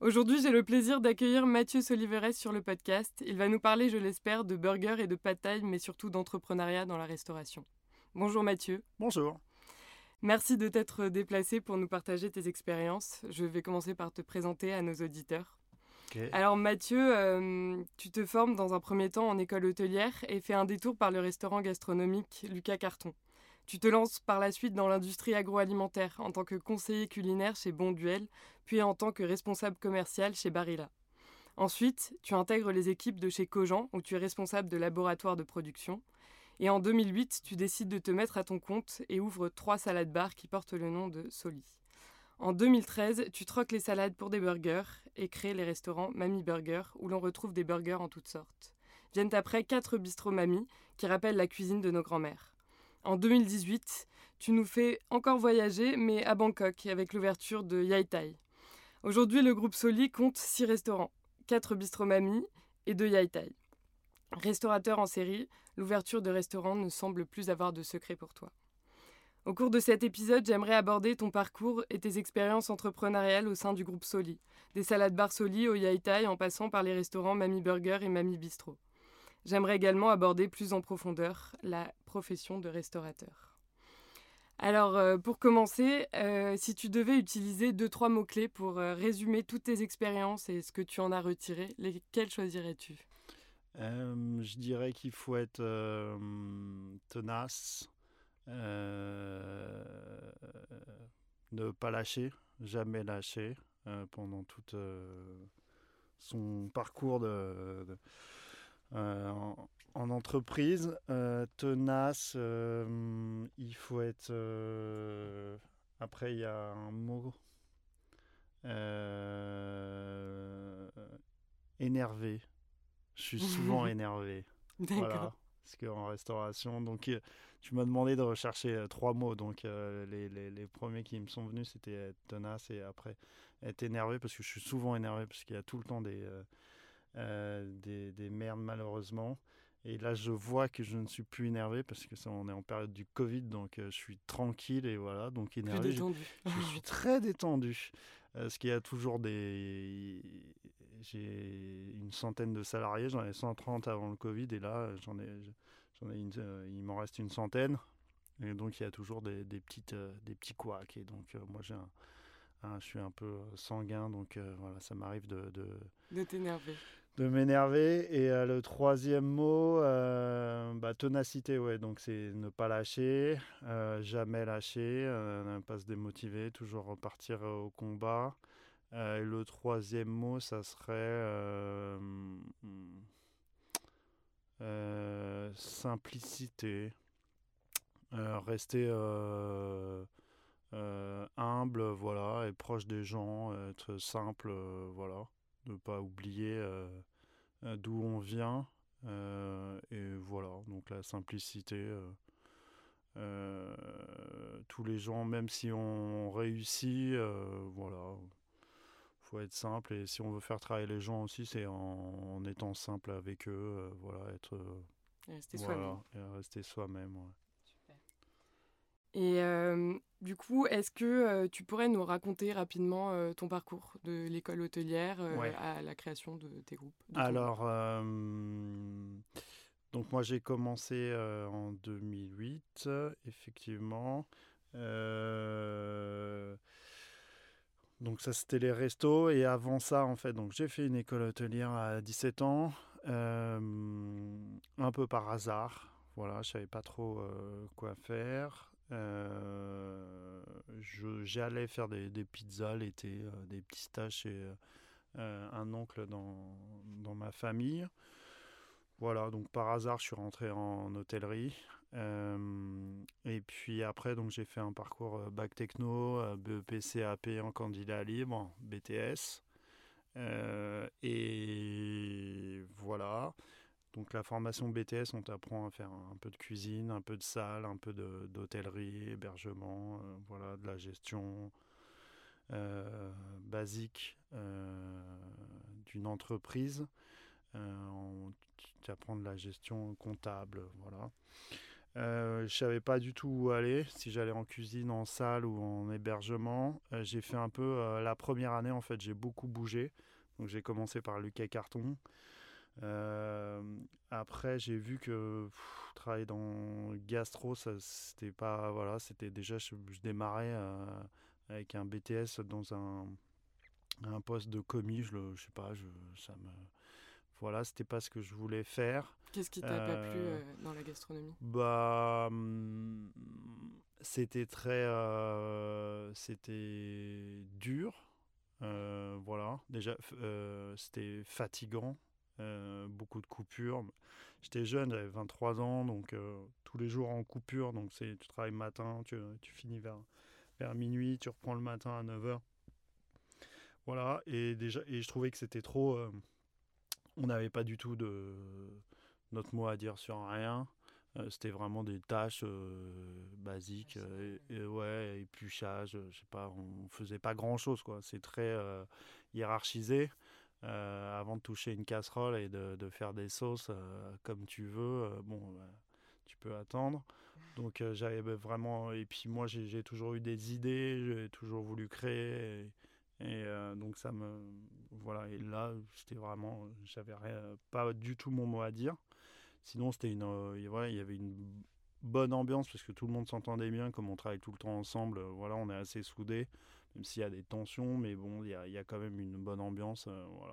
Aujourd'hui, j'ai le plaisir d'accueillir Mathieu Soliveres sur le podcast. Il va nous parler, je l'espère, de burgers et de pad thai, mais surtout d'entrepreneuriat dans la restauration. Bonjour Mathieu. Bonjour. Merci de t'être déplacé pour nous partager tes expériences. Je vais commencer par te présenter à nos auditeurs. Okay. Alors Mathieu, tu te formes dans un premier temps en école hôtelière et fais un détour par le restaurant gastronomique Lucas Carton. Tu te lances par la suite dans l'industrie agroalimentaire en tant que conseiller culinaire chez Bonduel, puis en tant que responsable commercial chez Barilla. Ensuite, tu intègres les équipes de chez Cogent, où tu es responsable de laboratoire de production. Et en 2008, tu décides de te mettre à ton compte et ouvres 3 salades bars qui portent le nom de Soli. En 2013, tu troques les salades pour des burgers et crées les restaurants Mamie Burger, où l'on retrouve des burgers en toutes sortes. Viennent après 4 bistrots Mamie, qui rappellent la cuisine de nos grands-mères. En 2018, tu nous fais encore voyager, mais à Bangkok, avec l'ouverture de Yai Thai. Aujourd'hui, le groupe Soli compte 6 restaurants, 4 bistrots Mamie et 2 Yai Thai. Restaurateur en série, l'ouverture de restaurants ne semble plus avoir de secret pour toi. Au cours de cet épisode, j'aimerais aborder ton parcours et tes expériences entrepreneuriales au sein du groupe Soli. Des salades bar Soli au Yai Thai en passant par les restaurants Mamie Burger et Mamie Bistro. J'aimerais également aborder plus en profondeur la profession de restaurateur. Alors, pour commencer, si tu devais utiliser 2-3 mots-clés pour résumer toutes tes expériences et ce que tu en as retiré, lesquels choisirais-tu ? Je dirais qu'il faut être tenace, ne pas lâcher, jamais lâcher pendant tout son parcours en entreprise. Tenace, il faut être... après, il y a un mot... énervé. Je suis souvent énervé. D'accord. Voilà. Parce qu'en restauration, donc tu m'as demandé de rechercher 3 mots. Donc les premiers qui me sont venus, c'était être tenace et après être énervé, parce que je suis souvent énervé, parce qu'il y a tout le temps des merdes malheureusement. Et là, je vois que je ne suis plus énervé parce que on est en période du Covid, donc je suis tranquille et voilà, donc énervé. Plus détendu. Je suis très détendu. Parce qu'il y a toujours j'ai une centaine de salariés, j'en ai 130 avant le Covid et là, il m'en reste une centaine. Et donc, il y a toujours des petits couacs. Et donc, moi, je suis un peu sanguin, donc voilà, ça m'arrive De t'énerver. de m'énerver. Et le troisième mot, ténacité, ouais. Donc c'est ne pas lâcher, jamais lâcher, ne pas se démotiver, toujours repartir au combat. Le troisième mot, ça serait simplicité. Rester humble, voilà, et proche des gens, être simple, voilà. Ne pas oublier d'où on vient. Et voilà, donc la simplicité. Tous les gens, même si on réussit, voilà, faut être simple. Et si on veut faire travailler les gens aussi, c'est en étant simple avec eux, voilà, être Rester voilà, soi-même. et rester soi-même. Ouais. Super. Et du coup, est-ce que tu pourrais nous raconter rapidement ton parcours de l'école hôtelière Ouais. à la création de tes groupes Alors, donc moi j'ai commencé en 2008, effectivement. Donc ça c'était les restos et avant ça en fait, donc j'ai fait une école hôtelière à 17 ans, un peu par hasard. Voilà, je savais pas trop quoi faire. J'allais faire des pizzas l'été, des petits stages chez un oncle dans ma famille. Voilà, donc par hasard, je suis rentré en hôtellerie. Et puis après, donc j'ai fait un parcours bac techno, BEP, CAP en candidat libre, BTS. Et voilà. Donc la formation BTS, on t'apprend à faire un peu de cuisine, un peu de salle, un peu d'hôtellerie, hébergement, voilà, de la gestion basique d'une entreprise. Tu apprends de la gestion comptable, voilà. Je savais pas du tout où aller, si j'allais en cuisine, en salle ou en hébergement. J'ai fait un peu la première année en fait, j'ai beaucoup bougé. Donc j'ai commencé par Lucas Carton. Euh, Après j'ai vu que travailler dans gastro, ça c'était pas voilà, c'était déjà je démarrais avec un BTS dans un poste de commis. Je sais pas, ça me voilà, c'était pas ce que je voulais faire. Qu'est-ce qui t'a pas plu Euh, dans la gastronomie? Bah, c'était c'était dur. Voilà, déjà, c'était fatigant. Beaucoup de coupures. J'étais jeune, j'avais 23 ans, donc tous les jours en coupure. Donc tu travailles le matin, tu finis vers minuit, tu reprends le matin à 9h. Voilà, et je trouvais que c'était trop. On n'avait pas du tout notre mot à dire sur rien. C'était vraiment des tâches basiques, ouais, épluchage, je sais pas, on faisait pas grand chose quoi. C'est très hiérarchisé. Avant de toucher une casserole et de faire des sauces comme tu veux, bon, tu peux attendre. Donc j'avais vraiment, et puis moi j'ai toujours eu des idées, j'ai toujours voulu créer, donc ça me, voilà, et là c'était vraiment, j'avais pas du tout mon mot à dire. Sinon, c'était voilà, il y avait une bonne ambiance parce que tout le monde s'entendait bien, comme on travaille tout le temps ensemble. Voilà, on est assez soudés, même s'il y a des tensions, mais bon, il y a quand même une bonne ambiance. Voilà.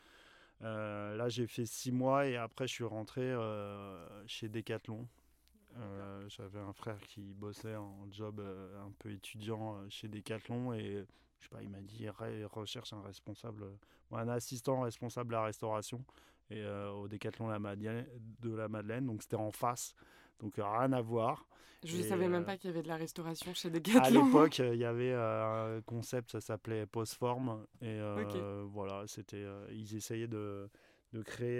Là, j'ai fait 6 mois et après, je suis rentré chez Decathlon. J'avais un frère qui bossait en job un peu étudiant chez Decathlon et je sais pas, il m'a dit recherche un responsable, un assistant responsable à la restauration et au Décathlon de la Madeleine, donc c'était en face, donc rien à voir. Je Et savais même pas qu'il y avait de la restauration chez à Decathlon. l'époque, il y avait un concept, ça s'appelait Postform, et Ok. voilà, ils essayaient de créer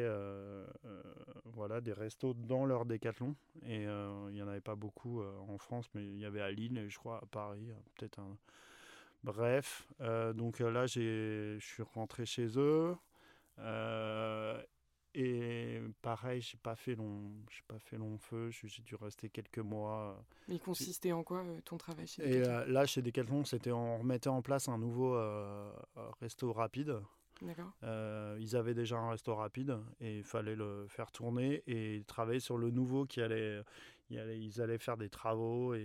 voilà, des restos dans leur Décathlon, et il y en avait pas beaucoup en France, mais il y avait à Lille, et je crois à Paris, peut-être un. Bref, donc là, je suis rentré chez eux. Euh, et pareil, j'ai pas fait long feu. J'ai dû rester quelques mois. Mais il consistait en quoi ton travail chez Et Decathlon? là, chez Decathlon, on remettait en place un nouveau resto rapide. D'accord. Ils avaient déjà un resto rapide et il fallait le faire tourner et travailler sur le nouveau ils allaient faire des travaux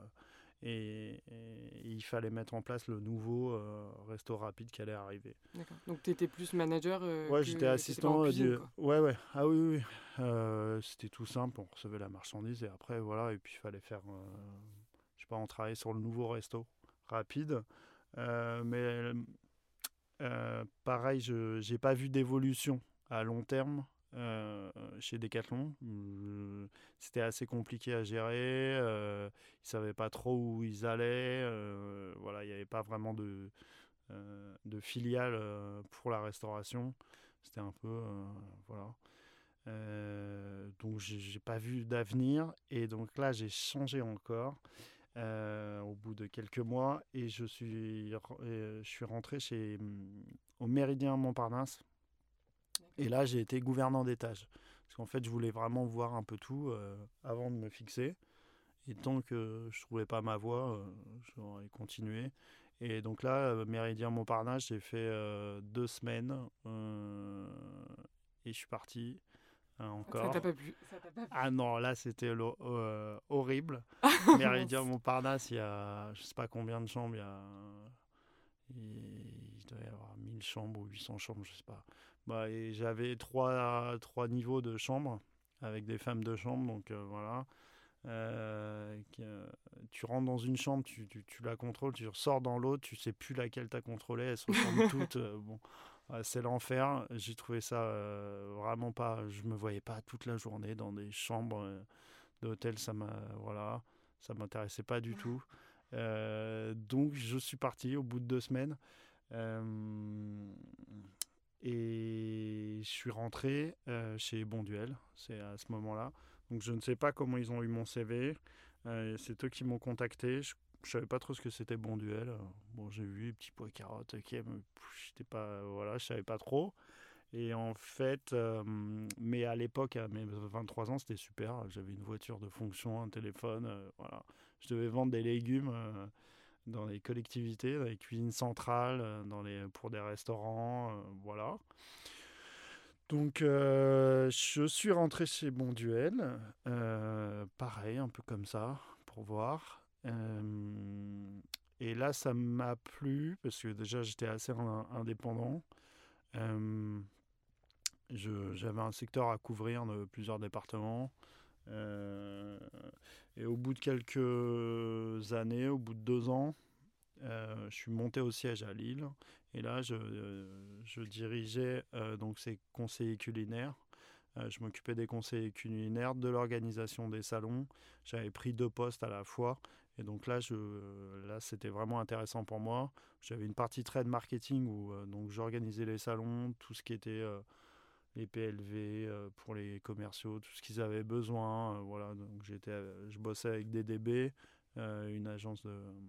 et il fallait mettre en place le nouveau resto rapide qui allait arriver. D'accord. Donc t'étais plus manager Ouais, j'étais que t'étais pas en assistant cuisine, du. quoi. Ouais, ouais. Ah oui, oui. C'était tout simple. On recevait la marchandise et après, voilà. Et puis, il fallait faire. Je sais pas, on travaillait sur le nouveau resto rapide. Mais pareil, je j'ai pas vu d'évolution à long terme chez Decathlon. C'était assez compliqué à gérer. Ils savaient pas trop où ils allaient. Voilà, il n'y avait pas vraiment de filiale pour la restauration. C'était un peu. Voilà. Donc j'ai pas vu d'avenir. Et donc là, j'ai changé encore au bout de quelques mois. Et je suis rentré au Méridien Montparnasse. Et là, j'ai été gouvernant d'étage. Parce qu'en fait, je voulais vraiment voir un peu tout avant de me fixer. Et tant que je trouvais pas ma voie, j'aurais continué. Et donc là, Méridien Montparnasse, j'ai fait 2 semaines et je suis parti Ça t'a encore. pas plu? Ça t'a pas plu? Ah non, là c'était horrible. Méridien Mince. Montparnasse, il y a je sais pas combien de chambres, il doit y avoir 1000 chambres ou 800 chambres, je sais pas. Bah, et j'avais trois niveaux de chambres avec des femmes de chambre, donc voilà. Tu rentres dans une chambre, tu la contrôles, tu ressors dans l'autre, tu sais plus laquelle t'as contrôlé, elles se ressemblent toutes. Bon, ouais, c'est l'enfer. J'ai trouvé ça vraiment pas. Je me voyais pas toute la journée dans des chambres d'hôtel. Voilà, ça m'intéressait pas du tout. Donc je suis parti au bout de 2 semaines. Et je suis rentré chez Bonduel, c'est à ce moment-là. Donc je ne sais pas comment ils ont eu mon CV. C'est eux qui m'ont contacté. Je ne savais pas trop ce que c'était Bonduel. Bon, j'ai vu petits pois carottes, ok, mais j'étais pas, voilà, je savais pas trop. Et en fait, mais à l'époque, à mes 23 ans, c'était super. J'avais une voiture de fonction, un téléphone, voilà. Je devais vendre des légumes dans les collectivités, dans les cuisines centrales, pour des restaurants, voilà. Donc, je suis rentré chez Bonduel, pareil, un peu comme ça, pour voir. Et là, ça m'a plu, parce que déjà, j'étais assez indépendant. Euh, J'avais un secteur à couvrir de plusieurs départements. Euh, et au bout de quelques années, au bout de 2 ans, je suis monté au siège à Lille. Et là, je dirigeais donc ces conseillers culinaires. Je m'occupais des conseillers culinaires, de l'organisation des salons. J'avais pris 2 postes à la fois. Et donc là, c'était vraiment intéressant pour moi. J'avais une partie trade marketing où donc j'organisais les salons, tout ce qui était les PLV pour les commerciaux, tout ce qu'ils avaient besoin. Voilà, donc je bossais avec DDB, une agence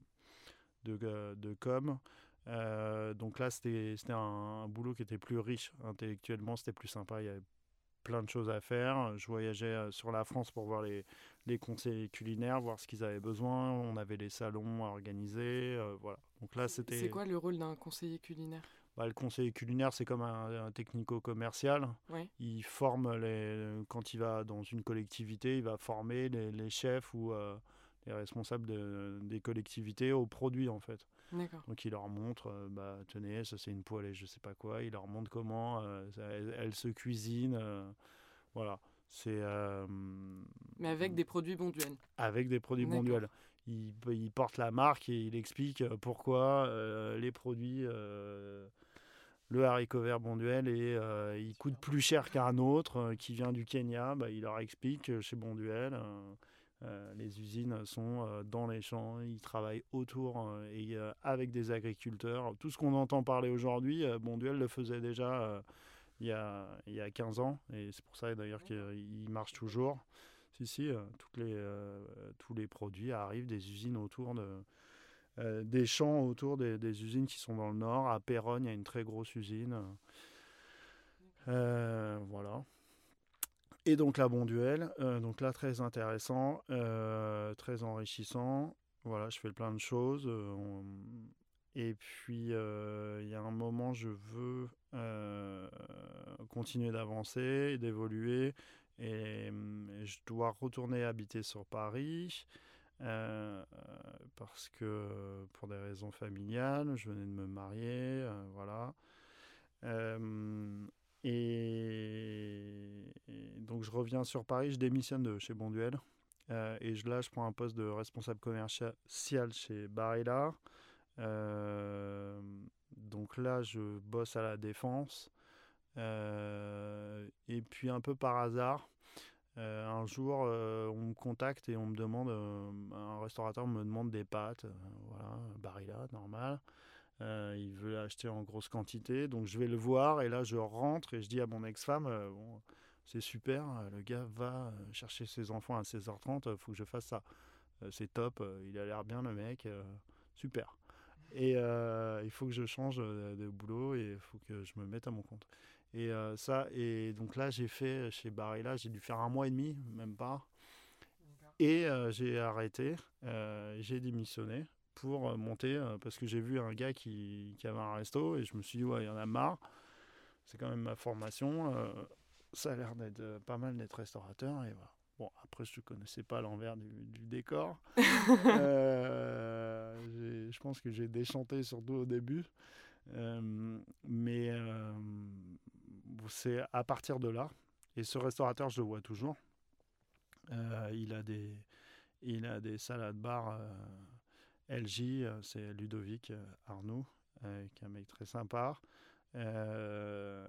de com. Donc là, c'était un boulot qui était plus riche intellectuellement, c'était plus sympa. Il y avait plein de choses à faire. Je voyageais sur la France pour voir les conseillers culinaires, voir ce qu'ils avaient besoin. On avait les salons à organiser. Voilà. Donc là, C'est c'était. quoi le rôle d'un conseiller culinaire? Bah, le conseiller culinaire, c'est comme un technico-commercial. Ouais, Il forme quand il va dans une collectivité, il va former les chefs ou les responsables des collectivités aux produits en fait. d'accord. Donc il leur montre, bah, tenez, ça c'est une poêle et je sais pas quoi. Il leur montre comment elle se cuisine. Voilà, c'est Mais avec des produits Bonduel. avec des produits D'accord. Bonduel. Il porte la marque et il explique pourquoi les produits le haricot vert Bonduel et il coûte plus cher qu'un autre qui vient du Kenya. Bah, il leur explique que chez Bonduel, les usines sont dans les champs, ils travaillent autour et avec des agriculteurs. Tout ce qu'on entend parler aujourd'hui, Bonduel le faisait déjà il y a 15 ans et c'est pour ça d'ailleurs qu'il marche toujours. Si, si, tous les produits arrivent des usines autour des champs autour des usines qui sont dans le nord. À Péronne, il y a une très grosse usine. Voilà. Et donc là, Bonduel. Donc là, très intéressant, très enrichissant. Voilà, je fais plein de choses. Et puis, il y a un moment, je veux continuer d'avancer et d'évoluer. Et je dois retourner habiter sur Paris. Euh, Parce que pour des raisons familiales, je venais de me marier, voilà. Euh, et donc je reviens sur Paris, je démissionne de chez Bonduel. Là, je prends un poste de responsable commercial chez Barilla. Euh, donc là, je bosse à la Défense. Et puis un peu par hasard, un jour, on me contacte et on me demande, un restaurateur me demande des pâtes, voilà, Barilla, normal. Il veut acheter en grosse quantité, donc je vais le voir et là je rentre et je dis à mon ex-femme, bon, c'est super, le gars va chercher ses enfants à 16h30, il faut que je fasse ça. C'est top, il a l'air bien le mec, super. Et il faut que je change de boulot et il faut que je me mette à mon compte. Et donc là, j'ai fait chez Barilla, j'ai dû faire 1 mois et demi, même pas. Et j'ai arrêté, j'ai démissionné pour monter, parce que j'ai vu un gars qui avait un resto et je me suis dit, ouais, il y en a marre. C'est quand même ma formation. Ça a l'air d'être pas mal d'être restaurateur. Et voilà. Bon, après, je ne connaissais pas l'envers du décor. Je pense que j'ai déchanté surtout au début. Mais c'est à partir de là. Et ce restaurateur, je le vois toujours. Il a des salades bar LJ, c'est Ludovic Arnaud, qui est un mec très sympa. Euh,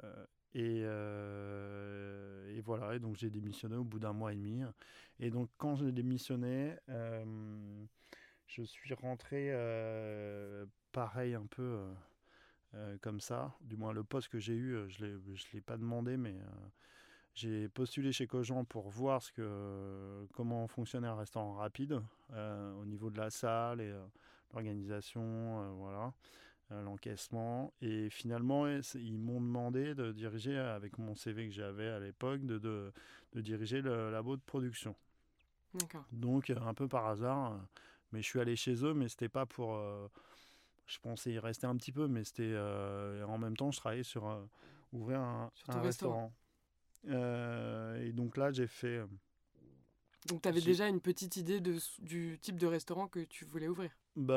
et voilà, et donc j'ai démissionné au bout d'1 mois et demi. Et donc quand j'ai démissionné, je suis rentré pareil un peu comme ça. Du moins le poste que j'ai eu, je l'ai pas demandé, mais j'ai postulé chez Cogent pour voir comment fonctionnait un restaurant rapide au niveau de la salle et l'organisation, voilà. l'encaissement. Et finalement, ils m'ont demandé de diriger, avec mon CV que j'avais à l'époque, de diriger le labo de production. D'accord. Donc, un peu par hasard, mais je suis allé chez eux, mais c'était pas pour... je pensais y rester un petit peu, mais c'était... en même temps, je travaillais sur ouvrir Sur ton un restaurant. restaurant. Et donc là, j'ai fait... Donc, tu avais déjà une petite idée du type de restaurant que tu voulais ouvrir.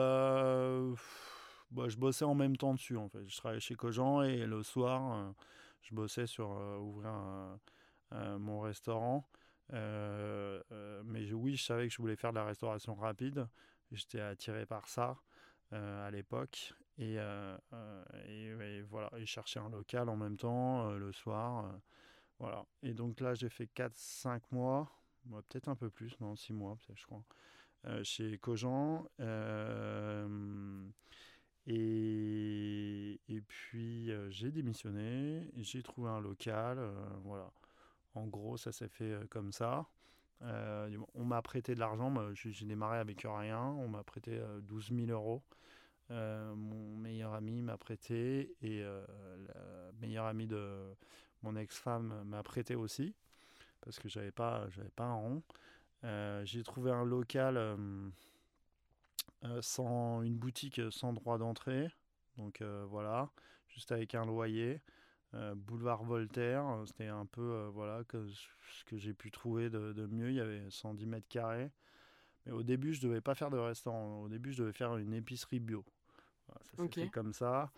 Bah, je bossais en même temps dessus, en fait. Je travaillais chez Cogent et le soir, je bossais sur ouvrir mon restaurant. Mais oui, je savais que je voulais faire de la restauration rapide. J'étais attiré par ça à l'époque. Et voilà, et chercher un local en même temps le soir. Voilà. Et donc là, j'ai fait 4-5 mois, peut-être un peu plus, non, 6 mois, peut-être, je crois, chez Cogent. Et puis j'ai démissionné, j'ai trouvé un local, voilà. En gros, ça s'est fait comme ça. On m'a prêté de l'argent, moi, j'ai démarré avec rien, on m'a prêté 12 000 euros. Mon meilleur ami m'a prêté et la meilleure amie de mon ex-femme m'a prêté aussi parce que j'avais pas un rond. J'ai trouvé un local sans une boutique sans droit d'entrée, donc voilà, juste avec un loyer. Boulevard Voltaire, c'était un peu voilà ce que j'ai pu trouver de mieux. Il y avait 110 mètres carrés. Mais au début, je devais pas faire de restaurant. Au début, je devais faire une épicerie bio. Voilà, ça s'est Ok. fait comme ça.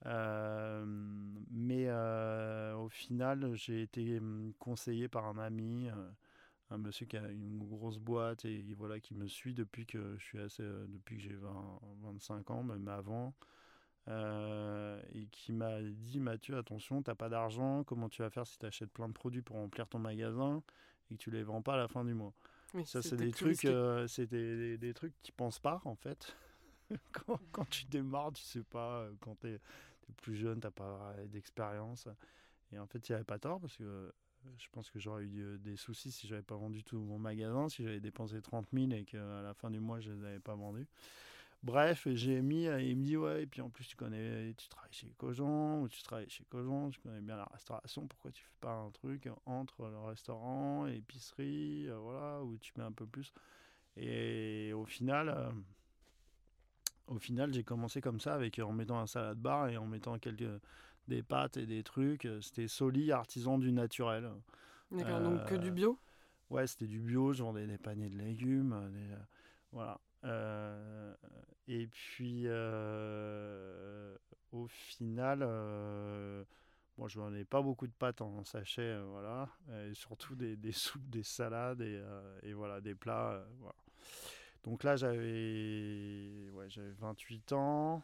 Mais au final, j'ai été conseillé par un ami, un monsieur qui a une grosse boîte et voilà, qui me suit depuis que depuis que j'ai 25 ans, même avant. Et qui m'a dit: Mathieu, attention, t'as pas d'argent, comment tu vas faire si tu achètes plein de produits pour remplir ton magasin et que tu les vends pas à la fin du mois? Oui, Ça, c'est c'est peut-être des plus trucs, risqué. des trucs qu'ils pensent pas en fait. Quand tu démarres, tu sais pas, quand t'es plus jeune, t'as pas d'expérience. Et en fait, il n'y avait pas tort parce que je pense que j'aurais eu des soucis si j'avais pas vendu tout mon magasin, si j'avais dépensé 30 000 et qu'à la fin du mois, je les avais pas vendus. Bref, j'ai mis, il me dit: ouais, et puis en plus tu travailles chez Cogent, ou tu travailles chez Cogent, tu connais bien la restauration, pourquoi tu fais pas un truc entre le restaurant et l'épicerie, voilà, où tu mets un peu plus. Et au final, j'ai commencé comme ça, en mettant un salade bar et en mettant des pâtes et des trucs. C'était Soli, artisan du naturel. D'accord, donc que du Euh, bio. ouais, c'était du bio, je vendais des paniers de légumes, voilà. Euh, et puis, au final, bon, je vendais pas beaucoup de pâtes en sachet, voilà, et surtout des soupes, des salades et voilà, des plats, voilà. Donc là, j'avais 28 ans.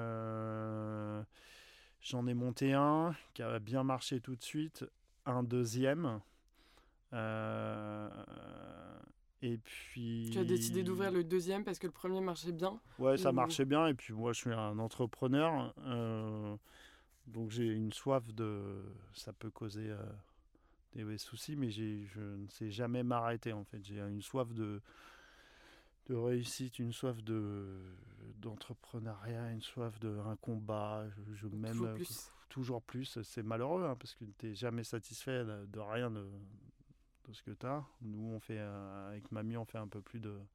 J'en ai monté un qui a bien marché tout de suite, un deuxième. Euh, et Tu as décidé d'ouvrir puis, le deuxième parce que le premier marchait bien ouais, ça ou... marchait bien. Et puis, moi, je suis un entrepreneur. Donc, j'ai une soif de. Ça peut causer des soucis, mais je ne sais jamais m'arrêter, en fait. J'ai une soif de réussite, une soif d'entrepreneuriat, une soif un combat. Je m'aime toujours plus. toujours plus. C'est malheureux hein, parce que tu n'es jamais satisfait de rien de ce que tu as. Nous, avec mamie, on fait un peu plus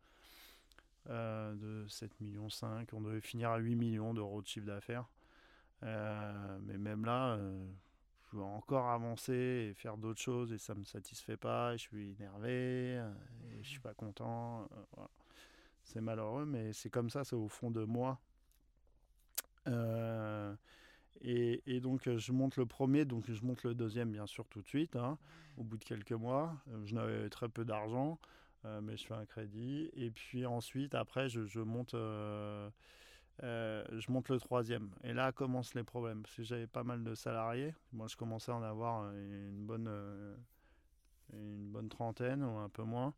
de 7,5 millions. On devait finir à 8 millions d'euros de chiffre d'affaires. Mais même là, je veux encore avancer et faire d'autres choses et ça ne me satisfait pas. Et je suis énervé et je suis pas content. Voilà. C'est malheureux, mais c'est comme ça, c'est au fond de moi. Euh, et donc, je monte le premier, donc je monte le deuxième, bien sûr, tout de suite, hein, au bout de quelques mois. Je n'avais très peu d'argent, mais je fais un crédit. Et puis ensuite, après, je monte le troisième. Et là commencent les problèmes, parce que j'avais pas mal de salariés. Moi, je commençais à en avoir une bonne trentaine, ou un peu moins.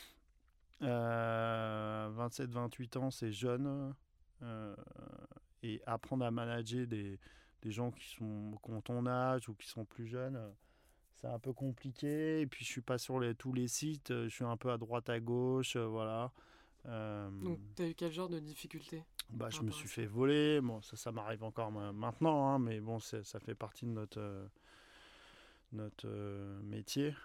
27-28 ans, c'est jeune. Euh, et apprendre à manager des gens qui ont ton âge ou qui sont plus jeunes, c'est un peu compliqué. Et puis je suis pas sur tous les sites, je suis un peu à droite à gauche, voilà. Euh, Donc tu as eu quel genre de difficulté? je me suis fait voler. Bon, ça m'arrive encore maintenant, hein, mais bon, ça fait partie de notre métier.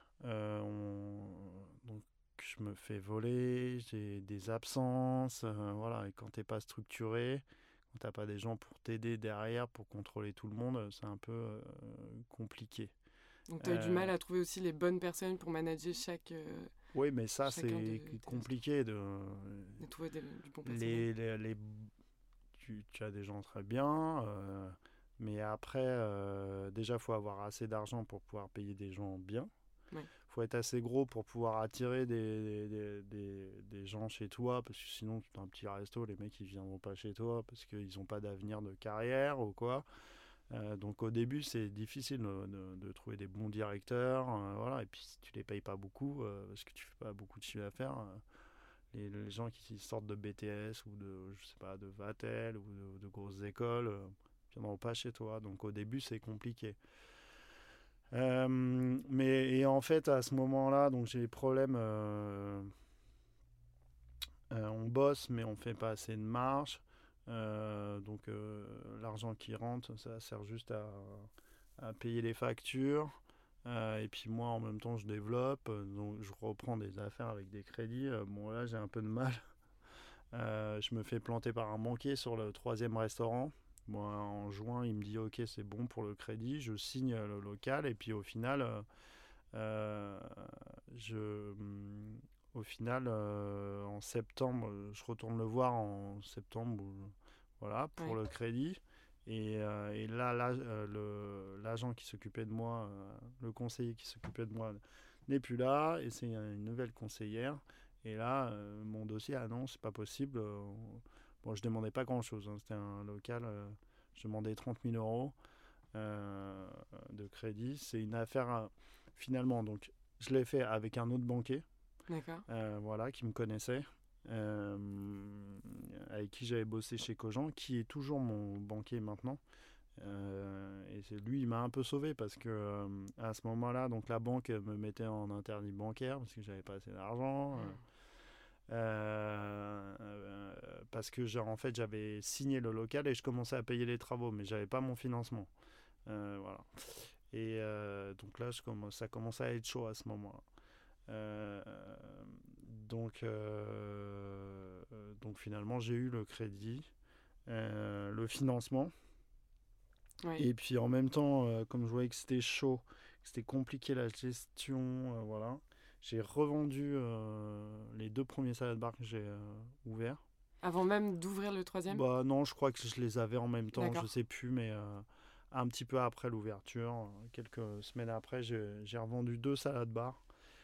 Donc, je me fais voler, j'ai des absences, voilà. Et quand t'es pas structuré, quand t'as pas des gens pour t'aider derrière, pour contrôler tout le monde, c'est un peu compliqué. Donc tu as eu du mal à trouver aussi les bonnes personnes pour manager Oui, mais ça, c'est compliqué de trouver du bon personnel. Tu as des gens très bien, mais après, déjà, il faut avoir assez d'argent pour pouvoir payer des gens bien. Ouais. Faut être assez gros pour pouvoir attirer des gens chez toi, parce que sinon, tu as un petit resto, les mecs, ils viendront pas chez toi parce qu'ils n'ont pas d'avenir de carrière ou quoi. Donc au début, c'est difficile de trouver des bons directeurs, voilà. Et puis si tu les payes pas beaucoup, parce que tu fais pas beaucoup de chiffre d'affaires, les gens qui sortent de BTS ou je sais pas, de Vatel ou de grosses écoles, viendront pas chez toi. Donc au début, c'est compliqué. Et en fait, à ce moment-là, donc j'ai des problèmes. On bosse, mais on fait pas assez de marge. Donc l'argent qui rentre, ça sert juste à payer les factures. Et puis moi, en même temps, je développe. Donc je reprends des affaires avec des crédits. Bon, là, j'ai un peu de mal. Je me fais planter par un banquier sur le 3e restaurant. Bon, en juin, il me dit ok, c'est bon pour le crédit. Je signe le local et puis au final, en septembre, je retourne le voir en septembre, voilà, pour le crédit. Et là, l'agent qui s'occupait de moi, le conseiller qui s'occupait de moi, n'est plus là. Et c'est une nouvelle conseillère. Et là, mon dossier, ah non, c'est pas possible. Bon, je demandais pas grand-chose, hein. C'était un local, je demandais 30 000 euros de crédit. C'est une affaire, finalement, donc je l'ai fait avec un autre banquier, voilà, qui me connaissait, avec qui j'avais bossé chez Cogent, qui est toujours mon banquier maintenant. Et c'est lui, il m'a un peu sauvé parce que à ce moment-là, donc la banque me mettait en interdit bancaire parce que j'avais pas assez d'argent. Parce que en fait, j'avais signé le local et je commençais à payer les travaux, mais j'avais pas mon financement. Voilà. Et donc là, ça commençait à être chaud à ce moment-là. Donc finalement, j'ai eu le crédit, le financement. Oui. Et puis en même temps, comme je voyais que c'était chaud, que c'était compliqué la gestion, voilà, j'ai revendu les 2 premiers salad bars que j'ai ouverts. Avant même d'ouvrir le 3e ? Bah non, je crois que je les avais en même temps, D'accord. je sais plus, mais un petit peu après l'ouverture, quelques semaines après, j'ai revendu 2 salad bars.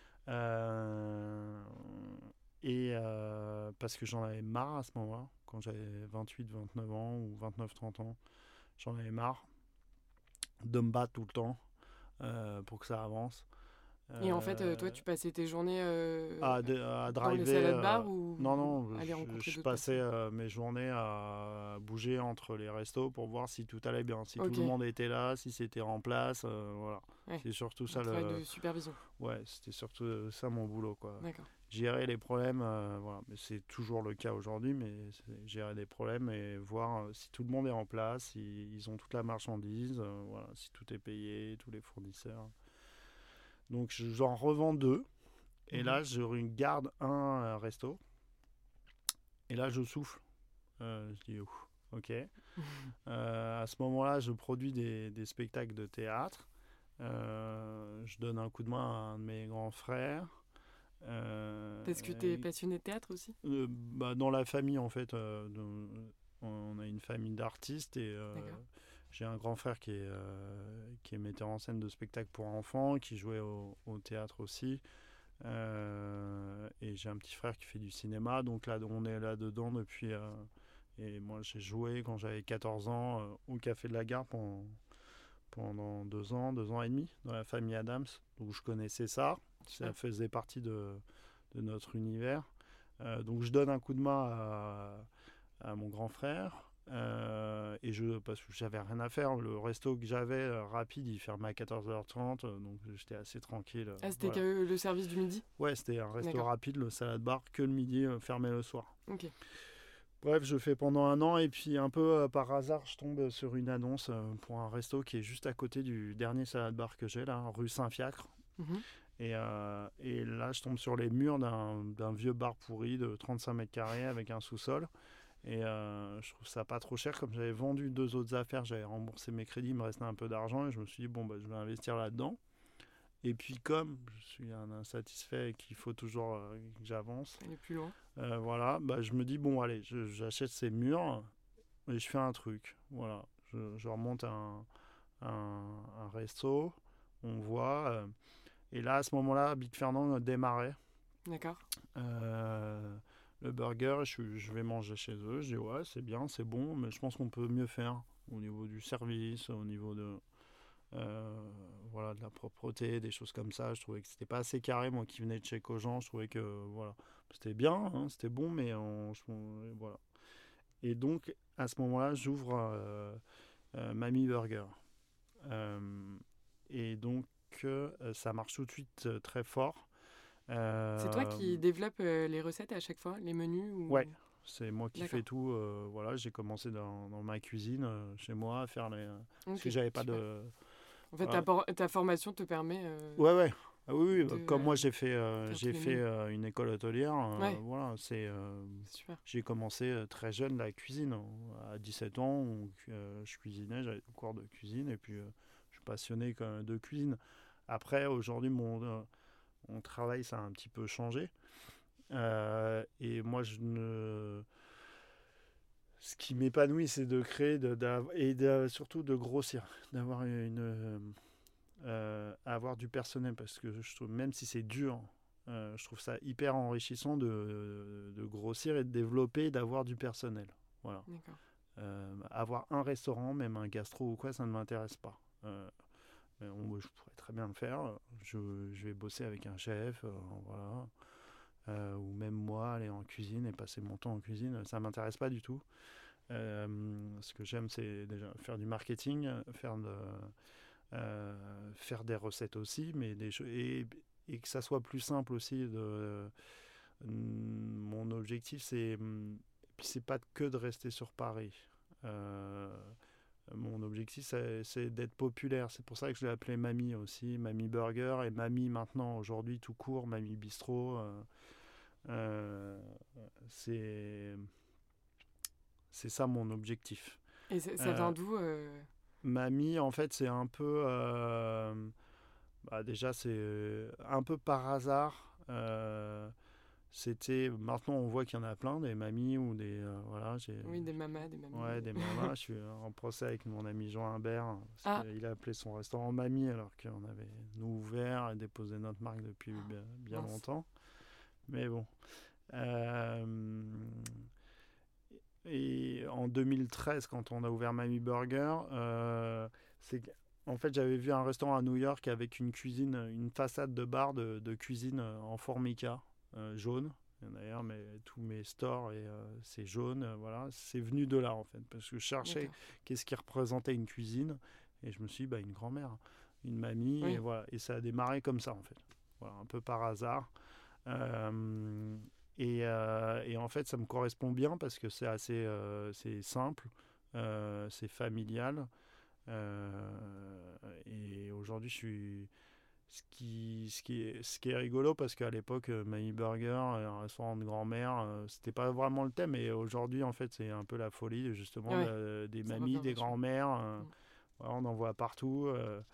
Parce que j'en avais marre à ce moment-là, quand j'avais 28-29 ans ou 29-30 ans, j'en avais marre de me battre tout le temps pour que ça avance. Et en fait, toi, tu passais tes journées à dans driver, les salad bars ou non, aller rencontrer je d'autres passais personnes mes journées à bouger entre les restos pour voir si tout allait bien, si Ok. tout le monde était là, si c'était en place, voilà. Ouais. C'est surtout ça un travail de supervision. Ouais, c'était surtout ça mon boulot, quoi. D'accord. Gérer les problèmes, voilà. Mais c'est toujours le cas aujourd'hui, mais c'est gérer des problèmes et voir si tout le monde est en place, si ils ont toute la marchandise, voilà, si tout est payé, tous les fournisseurs. Donc j'en revends 2. Et là, je garde un resto. Et là, je souffle. Je dis, ok. À ce moment-là, je produis des spectacles de théâtre. Je donne un coup de main à un de mes grands frères. Parce que tu es passionné de théâtre aussi ? Dans la famille, en fait, on a une famille d'artistes et j'ai un grand frère qui est metteur en scène de spectacles pour enfants, qui jouait au théâtre aussi. Et j'ai un petit frère qui fait du cinéma, donc là on est là-dedans depuis. Et moi j'ai joué quand j'avais 14 ans au Café de la Gare pendant 2 ans, 2 ans et demi, dans la famille Adams. Donc je connaissais ça, ça faisait partie de notre univers. Donc je donne un coup de main à mon grand frère. Parce que j'avais rien à faire, le resto que j'avais rapide il fermait à 14h30, donc j'étais assez tranquille. C'était que le service du midi ? Ouais, c'était un resto rapide, le salad bar, que le midi, fermé le soir. Ok. Bref, je fais pendant 1 an et puis un peu par hasard, je tombe sur une annonce pour un resto qui est juste à côté du dernier salade bar que j'ai, là, rue Saint-Fiacre. Mhm. Et là, je tombe sur les murs d'un vieux bar pourri de 35 mètres carrés avec un sous-sol. Et je trouve ça pas trop cher. Comme j'avais vendu 2 autres affaires, j'avais remboursé mes crédits, il me restait un peu d'argent et je me suis dit, bon, bah, je vais investir là-dedans. Et puis comme je suis un insatisfait et qu'il faut toujours que j'avance, Aller plus loin. voilà, bah, je me dis, bon, allez, j'achète ces murs et je fais un truc. Voilà, je remonte un resto, on voit. Et là, à ce moment-là, Big Fernand démarrait. D'accord. Le burger, je vais manger chez eux. Je dis, ouais, c'est bien, c'est bon, mais je pense qu'on peut mieux faire au niveau du service, au niveau voilà, de la propreté, des choses comme ça. Je trouvais que c'était pas assez carré. Moi qui venais de chez Cogent, je trouvais que voilà, c'était bien, hein, c'était bon, mais voilà. Et donc, à ce moment-là, j'ouvre Mamie Burger. Euh, et donc, ça marche tout de suite très fort. C'est toi qui développes les recettes à chaque fois, les menus ou... Ouais, c'est moi qui D'accord. fais tout. Voilà, j'ai commencé dans ma cuisine chez moi à faire les. Parce que Ok, j'avais pas super. de. En fait, Voilà. ta formation te permet Ouais, ouais. Ah oui, oui, de comme moi j'ai faire tous j'ai les fait menus. une école hôtelière, Ouais, voilà, c'est super. j'ai commencé très jeune la cuisine. À 17 ans, je cuisinais, j'avais des cours de cuisine et puis je suis passionné quand même de cuisine. Après, aujourd'hui, mon travail, ça a un petit peu changé. Et moi, ce qui m'épanouit, c'est de créer surtout de grossir, d'avoir avoir du personnel parce que je trouve, même si c'est dur, je trouve ça hyper enrichissant de grossir et de développer, d'avoir du personnel. Voilà. D'accord. Avoir un restaurant, même un gastro ou quoi, ça ne m'intéresse pas. Mais je pourrais très bien le faire. Je vais bosser avec un chef, voilà. Ou même moi aller en cuisine et passer mon temps en cuisine, ça m'intéresse pas du tout. Ce que j'aime, c'est déjà faire du marketing, faire des recettes aussi, mais et que ça soit plus simple aussi. Mon objectif, c'est pas que de rester sur Paris. Euh, Mon objectif, c'est d'être populaire. C'est pour ça que je l'ai appelé Mamie aussi, Mamie Burger et Mamie maintenant, aujourd'hui tout court, Mamie Bistrot. Euh, c'est c'est ça mon objectif. Et ça Euh, vient d'où Mamie, en fait, c'est un peu. Bah, déjà, c'est un peu par hasard. Maintenant, on voit qu'il y en a plein, des mamies ou des. Voilà, Oui, des mamas, des mamies. ouais, des mamas. Je suis en procès avec mon ami Jean Imbert parce Ah, qu'il a appelé son restaurant Mamie alors qu'on avait nous ouvert et déposé notre marque depuis bien mince. longtemps. Mais bon. Euh, Et en 2013, quand on a ouvert Mamie Burger, en fait, j'avais vu un restaurant à New York avec une façade de bar de cuisine en formica jaune. D'ailleurs, tous mes stores, c'est jaune. Voilà, c'est venu de là, en fait. Parce que je cherchais D'accord. qu'est-ce qui représentait une cuisine. Et je me suis dit, bah, une grand-mère, une mamie. Et Oui. voilà. Et ça a démarré comme ça, en fait. Voilà, un peu par hasard. Euh, et en fait, ça me correspond bien parce que c'est simple, c'est familial. Et aujourd'hui, ce qui est rigolo parce qu'à l'époque, Mamie Burger, un restaurant de grand-mère, c'était pas vraiment le thème. Et aujourd'hui, en fait, c'est un peu la folie justement Ouais, des ça mamies, revient des vachement. grands-mères. Mm. Voilà, on en voit partout.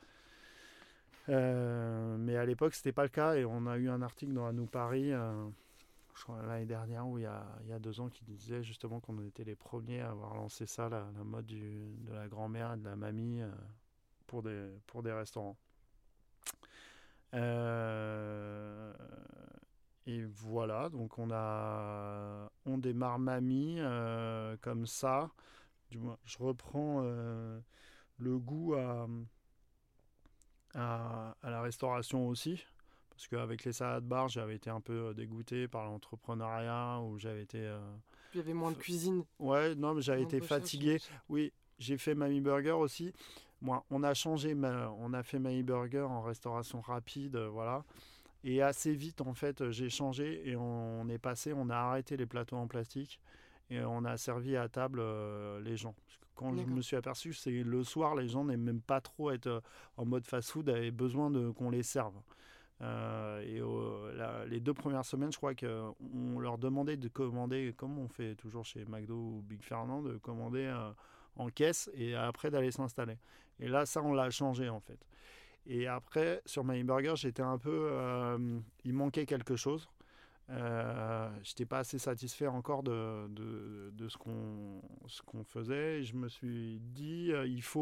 Mais à l'époque, c'était pas le cas. Et on a eu un article dans Anou Paris. Je crois l'année dernière ou il y a 2 ans qui disait justement qu'on était les premiers à avoir lancé ça, la mode de la grand-mère et de la mamie pour des restaurants. Euh, et voilà, donc on démarre mamie comme ça. Du moins, je reprends le goût à la restauration aussi. Parce qu'avec les salades bar, j'avais été un peu dégoûté par l'entrepreneuriat, où j'avais été. Puis il y avait moins de cuisine, Ouais, non, mais j'avais moins de été recherche, fatigué. j'imagine. Oui, j'ai fait Mamie Burger aussi. Moi, on a fait Mamie Burger en restauration rapide, voilà. Et assez vite, en fait, j'ai changé et on a arrêté les plateaux en plastique. et on a servi à table les gens. Parce que quand je me suis aperçu, c'est le soir, les gens n'aiment même pas trop être en mode fast-food, avaient besoin qu'on les serve. Les 2 premières semaines, je crois qu'on leur demandait de commander, comme on fait toujours chez McDo ou Big Fernand, de commander en caisse et après d'aller s'installer. Et là, ça, on l'a changé en fait. Et après, sur My Burger, j'étais un peu... il manquait quelque chose. J'étais pas assez satisfait encore de ce qu'on faisait. Et je me suis dit,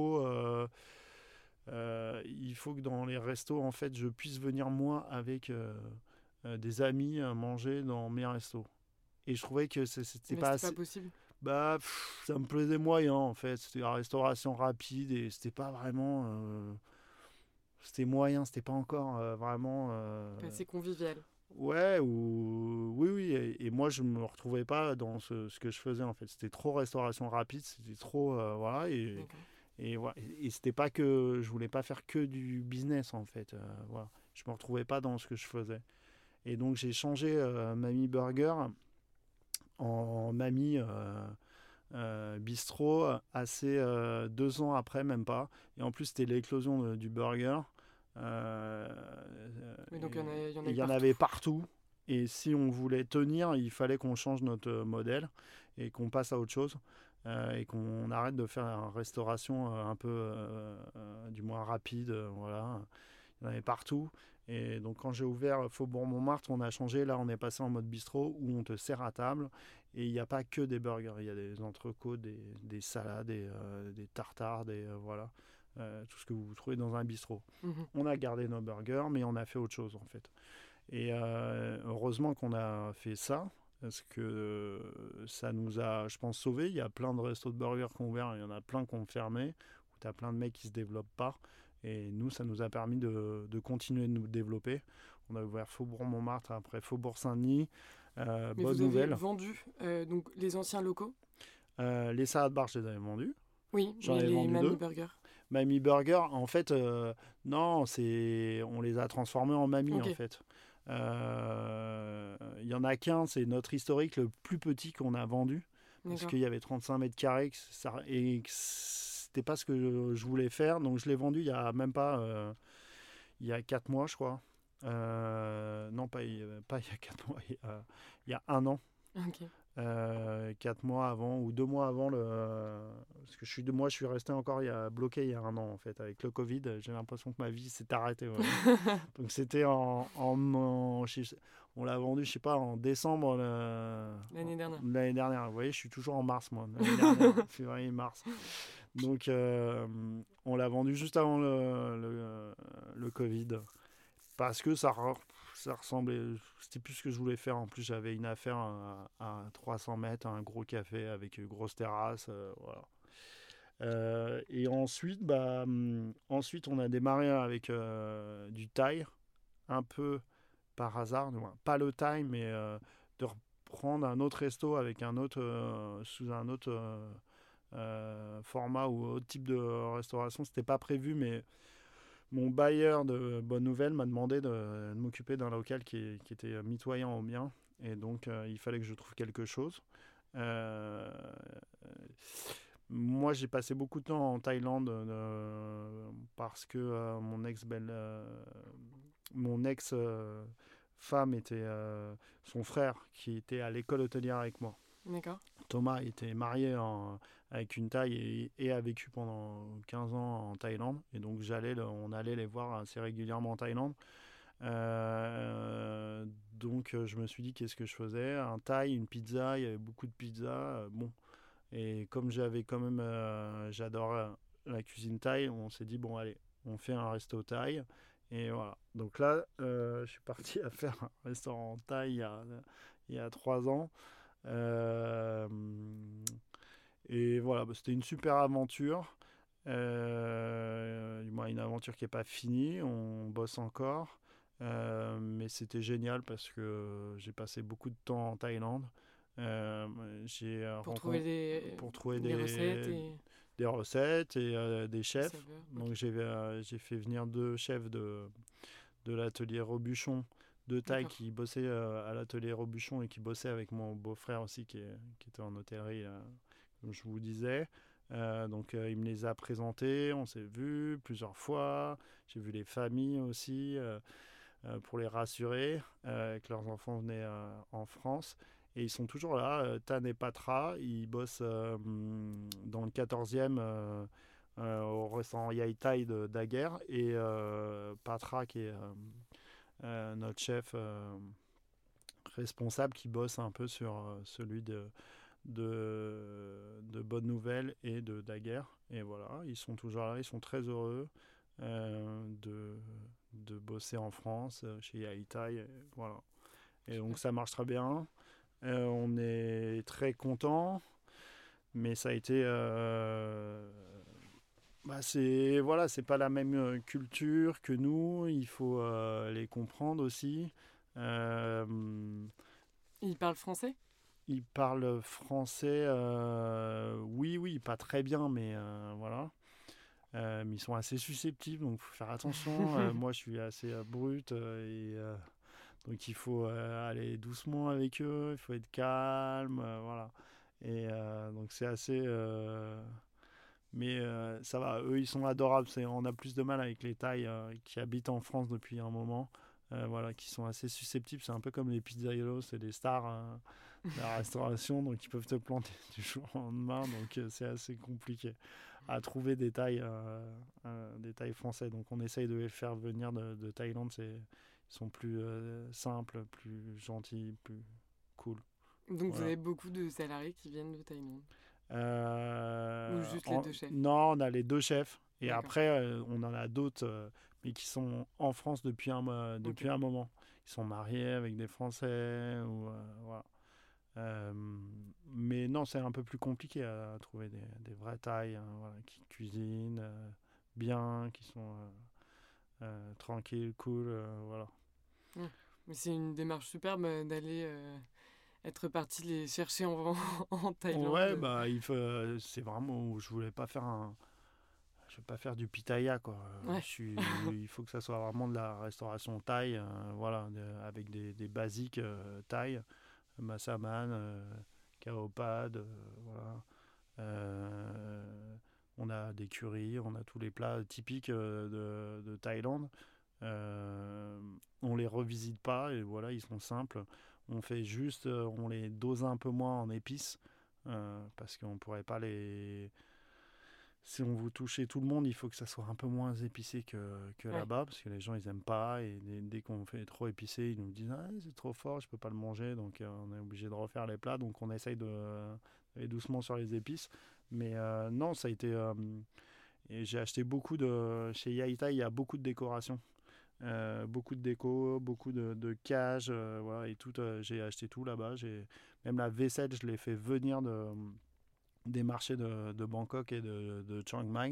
il faut que dans les restos, en fait, je puisse venir moi avec des amis manger dans mes restos. Et je trouvais que c'était Mais pas c'était assez. pas possible. Ça me plaisait moyen en fait. C'était la restauration rapide et c'était pas vraiment. C'était moyen, c'était pas encore vraiment. Pas assez convivial. Ouais, oui. Et moi, je me retrouvais pas dans ce que je faisais en fait. C'était trop restauration rapide, c'était trop. Voilà. Voilà. Et c'était pas que. Je voulais pas faire que du business en fait. Voilà. Je me retrouvais pas dans ce que je faisais. Et donc, j'ai changé Mamie Burger en Mamie. Bistrot assez 2 ans après, même pas. Et en plus, c'était l'éclosion du burger. Oui, donc Il y en avait partout. Et si on voulait tenir, il fallait qu'on change notre modèle et qu'on passe à autre chose. Et qu'on arrête de faire une restauration un peu, du moins rapide. Voilà. Il y en avait partout. Et donc quand j'ai ouvert Faubourg Montmartre, on a changé. Là, on est passé en mode bistrot où on te sert à table. Et il n'y a pas que des burgers. Il y a des entrecôtes, des salades, des tartares, voilà. Tout ce que vous trouvez dans un bistrot. On a gardé nos burgers, mais on a fait autre chose en fait. Et heureusement qu'on a fait ça. Parce que ça nous a, je pense, sauvés. Il y a plein de restos de burgers qui ont ouvert. Il y en a plein qui ont fermé. Où tu as plein de mecs qui ne se développent pas. Et nous, ça nous a permis de continuer de nous développer. On a ouvert Faubourg Montmartre, après Faubourg Saint-Denis. Mais bonne vous nouvelle. avez vendu donc, les anciens locaux Les salades bar, je les avais vendus. Oui, J'en mais ai les vendu Mamie 2. Burger. Mamie Burger, en fait, non, on les a transformés en Mamie, en fait. Il y en a qu'un, c'est notre historique, le plus petit qu'on a vendu. Parce qu'il y avait 35 mètres carrés et que c'était pas ce que je voulais faire. Donc je l'ai vendu il y a même pas... il y a 4 mois, je crois. Non, pas il y a 4 mois, il y a 1 an. Ok. 4 mois avant ou 2 mois avant parce que je suis resté encore bloqué il y a 1 an en fait avec le Covid. J'ai l'impression que ma vie s'est arrêtée. Donc c'était on l'a vendu, je sais pas, en décembre l'année dernière. Vous voyez, je suis toujours en mars moi. L'année dernière, février, mars. Donc on l'a vendu juste avant le Covid parce que ça ressemblait, c'était plus ce que je voulais faire. En plus, j'avais une affaire à 300 mètres, un gros café avec une grosse terrasse, voilà. Et ensuite, on a démarré avec du thaï, un peu par hasard, pas le thaï, mais de reprendre un autre resto avec sous un autre format ou autre type de restauration. C'était pas prévu, mais mon bailleur de Bonne Nouvelle m'a demandé de m'occuper d'un local qui était mitoyen au mien. Et donc, il fallait que je trouve quelque chose. Moi, j'ai passé beaucoup de temps en Thaïlande parce que mon ex-femme était son frère qui était à l'école hôtelière avec moi. D'accord. Thomas était marié avec une Thaï et a vécu pendant 15 ans en Thaïlande. Et donc on allait les voir assez régulièrement en Thaïlande. Donc je me suis dit qu'est-ce que je faisais. Un Thaï, une pizza, il y avait beaucoup de pizza. Bon. Et comme j'adorais la cuisine thaï, on s'est dit bon allez, on fait un resto thaï. Et voilà. Donc là, je suis parti à faire un restaurant thaï il y a 3 ans. Et voilà, c'était une super aventure. Une aventure qui n'est pas finie, on bosse encore. Mais c'était génial parce que j'ai passé beaucoup de temps en Thaïlande. Pour trouver des recettes et des chefs. saveurs, Donc j'ai fait venir 2 chefs de l'atelier Robuchon deux Thaïs D'accord. qui bossaient à l'atelier Robuchon et qui bossaient avec mon beau-frère aussi qui était en hôtellerie, comme je vous disais. Donc il me les a présentés, on s'est vus plusieurs fois. J'ai vu les familles aussi pour les rassurer que leurs enfants venaient en France. Et ils sont toujours là, Tan et Patra. Ils bossent dans le 14e au restaurant Yai Thai de Daguerre. Et Patra, qui est notre chef responsable, qui bosse un peu sur celui de Bonne Nouvelle et de Daguerre. Et voilà, ils sont toujours là, ils sont très heureux de bosser en France, chez Yai Thai. Voilà. Et donc Super. ça marche très bien. On est très content, mais ça a été. C'est pas la même culture que nous. Il faut les comprendre aussi. Euh, Il parle français? Ils parlent français, oui, pas très bien, mais voilà. Mais ils sont assez susceptibles, donc il faut faire attention. Moi, je suis assez brut, donc il faut aller doucement avec eux, il faut être calme, voilà. Et donc c'est assez. Mais ça va, eux ils sont adorables. On a plus de mal avec les Thaïs qui habitent en France depuis un moment, voilà, qui sont assez susceptibles. C'est un peu comme les pizzaiolo, c'est des stars de la restauration, donc ils peuvent te planter du jour au lendemain. Donc c'est assez compliqué à trouver des Thaïs français. Donc on essaye de les faire venir de Thaïlande. Ils sont plus simples, plus gentils, plus cool. Donc vous Voilà. avez beaucoup de salariés qui viennent de Thaïlande? Ou juste les deux chefs? Non, on a les deux chefs. Et D'accord. après, on en a d'autres, mais qui sont en France Ok. depuis un moment. Ils sont mariés avec des Français. Voilà. Euh, mais non, c'est un peu plus compliqué à trouver des vrais Thaïs, hein, voilà, qui cuisinent bien, qui sont tranquilles, cool. Voilà. Ouais. Mais c'est une démarche superbe d'aller être parti les chercher en Thaïlande. Ouais, bah, c'est vraiment. Je vais pas faire du pitaya, quoi. Ouais. Il faut que ça soit vraiment de la restauration thaï, voilà, avec des basiques thaï, massaman, kaopad, voilà. On a des currys, on a tous les plats typiques de Thaïlande. On les revisite pas et voilà, ils sont simples. On fait juste, on les dose un peu moins en épices parce qu'on pourrait pas les. Si on veut toucher tout le monde, il faut que ça soit un peu moins épicé que Ouais. là-bas, parce que les gens ils aiment pas, et dès qu'on fait trop épicé, ils nous disent ah, c'est trop fort, je peux pas le manger, donc on est obligé de refaire les plats, donc on essaye d'aller doucement sur les épices. Mais non, ça a été. Et j'ai acheté chez Yaita, il y a beaucoup de décorations. Beaucoup de déco, beaucoup de cages, voilà, et tout. J'ai acheté tout là-bas. Même la vaisselle, je l'ai fait venir des marchés de Bangkok et de Chiang Mai.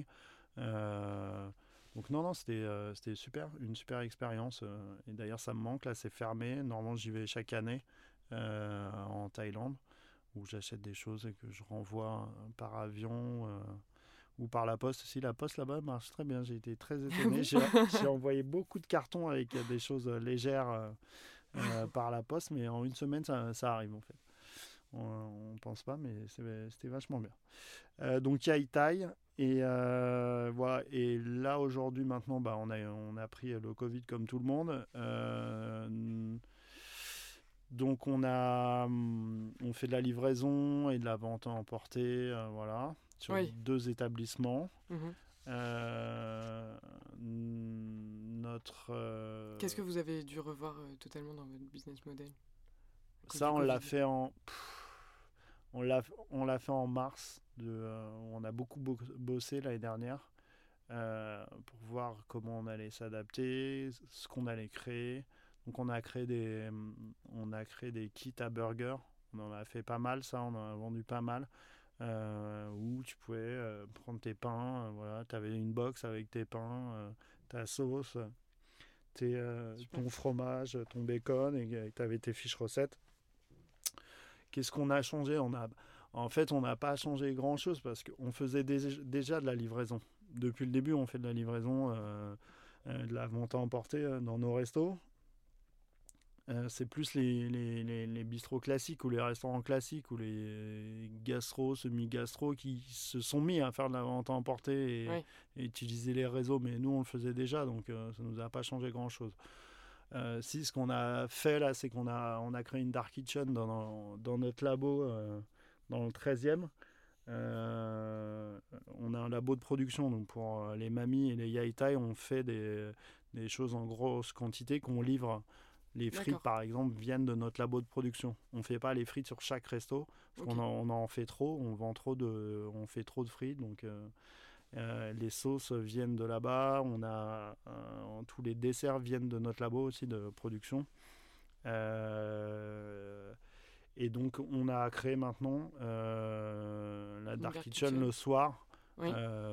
Donc non, c'était super, une super expérience. Et d'ailleurs, ça me manque, là, c'est fermé. Normalement, j'y vais chaque année en Thaïlande, où j'achète des choses et que je renvoie par avion ou par la poste. Si la poste là-bas marche très bien, j'ai été très Ah étonné. bon? J'ai envoyé beaucoup de cartons avec des choses légères par la poste, mais en une semaine, ça arrive en fait. On ne pense pas, mais c'était vachement bien. Donc Yai Thai. Et voilà. Et là aujourd'hui maintenant, bah, on a pris le Covid comme tout le monde. Donc on fait de la livraison et de la vente à emporter, voilà, sur Oui. 2 établissements. Mhm. Notre Qu'est-ce que vous avez dû revoir totalement dans votre business model à cause ça du on l'a Covid? fait en on l'a fait en mars. On a beaucoup bossé l'année dernière pour voir comment on allait s'adapter, ce qu'on allait créer. Donc on a créé des kits à burger. On en a fait pas mal, ça, on en a vendu pas mal. Où tu pouvais prendre tes pains, voilà, tu avais une box avec tes pains, ta sauce, Super. ton fromage, ton bacon, et tu avais tes fiches recettes. Qu'est-ce qu'on a changé? En fait, on n'a pas changé grand-chose parce qu'on faisait déjà de la livraison. Depuis le début, on fait de la livraison, de la vente à emporter dans nos restos. C'est plus les bistrots classiques ou les restaurants classiques ou les gastro, semi-gastro qui se sont mis à faire de la vente à emporter Oui, et utiliser les réseaux. Mais nous, on le faisait déjà, donc ça ne nous a pas changé grand-chose. Si, ce qu'on a fait là, c'est qu'on a créé une dark kitchen dans notre labo dans le 13e. On a un labo de production, donc pour les mamies et les yaitai, on fait des choses en grosse quantité qu'on livre. Les frites, d'accord. par exemple, viennent de notre labo de production. On ne fait pas les frites sur chaque resto, parce Ok, qu'on en fait trop, on fait trop de frites, donc les sauces viennent de là-bas. Tous les desserts viennent de notre labo aussi de production. Euh, et donc, on a créé maintenant la une Dark dark Kitchen kitchen. le soir. Oui,